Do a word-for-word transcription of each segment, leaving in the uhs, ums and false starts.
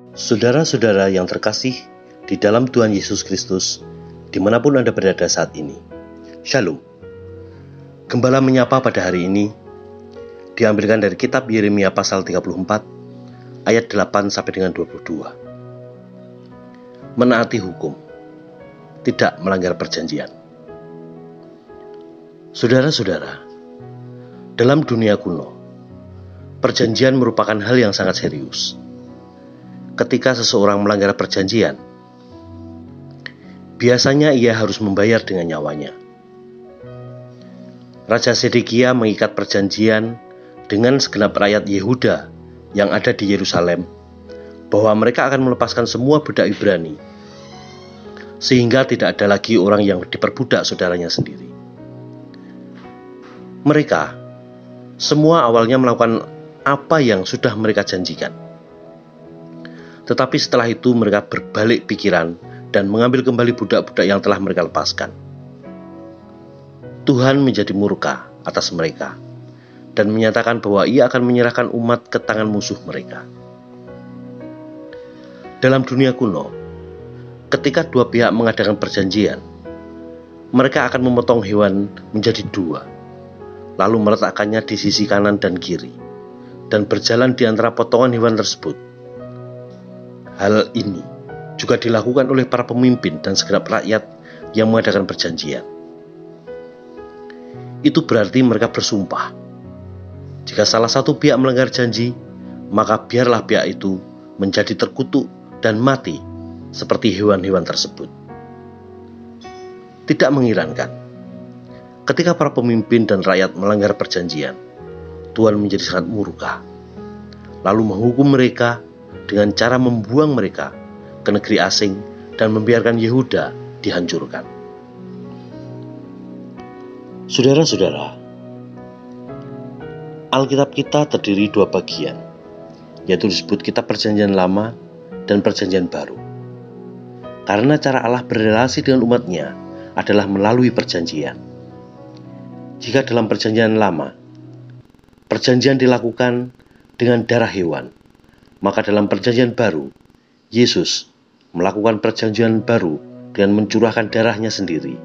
Saudara-saudara yang terkasih di dalam Tuhan Yesus Kristus, dimanapun Anda berada saat ini, Shalom. Gembala menyapa pada hari ini diambilkan dari kitab Yeremia pasal tiga puluh empat ayat delapan sampai dengan dua puluh dua. Menaati hukum, tidak melanggar perjanjian. Saudara-saudara, dalam dunia kuno, perjanjian merupakan hal yang sangat serius. Ketika seseorang melanggar perjanjian, biasanya ia harus membayar dengan nyawanya. Raja Zedekia mengikat perjanjian dengan segenap rakyat Yehuda yang ada di Yerusalem, bahwa mereka akan melepaskan semua budak Ibrani, sehingga tidak ada lagi orang yang diperbudak saudaranya sendiri. Mereka semua awalnya melakukan apa yang sudah mereka janjikan. Tetapi setelah itu mereka berbalik pikiran dan mengambil kembali budak-budak yang telah mereka lepaskan. Tuhan menjadi murka atas mereka dan menyatakan bahwa ia akan menyerahkan umat ke tangan musuh mereka. Dalam dunia kuno, ketika dua pihak mengadakan perjanjian, mereka akan memotong hewan menjadi dua, lalu meletakkannya di sisi kanan dan kiri, dan berjalan di antara potongan hewan tersebut. Hal ini juga dilakukan oleh para pemimpin dan segenap rakyat yang mengadakan perjanjian. Itu berarti mereka bersumpah, jika salah satu pihak melanggar janji, maka biarlah pihak itu menjadi terkutuk dan mati seperti hewan-hewan tersebut. Tidak mengherankan, ketika para pemimpin dan rakyat melanggar perjanjian, Tuhan menjadi sangat murka, lalu menghukum mereka dengan cara membuang mereka ke negeri asing dan membiarkan Yehuda dihancurkan. Saudara-saudara, Alkitab kita terdiri dua bagian, yaitu disebut kitab Perjanjian Lama dan Perjanjian Baru. Karena cara Allah berrelasi dengan umatnya adalah melalui perjanjian. Jika dalam Perjanjian Lama, perjanjian dilakukan dengan darah hewan, maka dalam perjanjian baru, Yesus melakukan perjanjian baru dengan mencurahkan darahnya sendiri.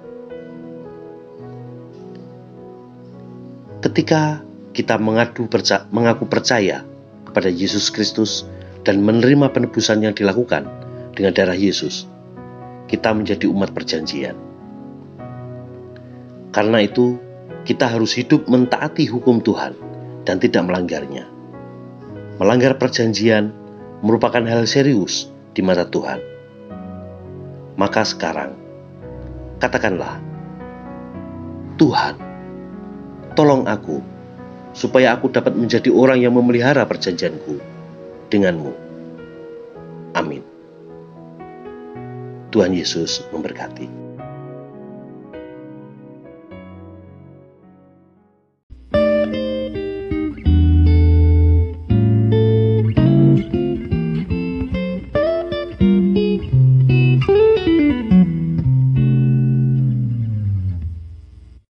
Ketika kita mengadu perca- mengaku percaya kepada Yesus Kristus dan menerima penebusan yang dilakukan dengan darah Yesus, kita menjadi umat perjanjian. Karena itu, kita harus hidup mentaati hukum Tuhan dan tidak melanggarnya. Melanggar perjanjian merupakan hal serius di mata Tuhan. Maka sekarang, katakanlah, Tuhan, tolong aku, supaya aku dapat menjadi orang yang memelihara perjanjianku denganmu. Amin. Tuhan Yesus memberkati.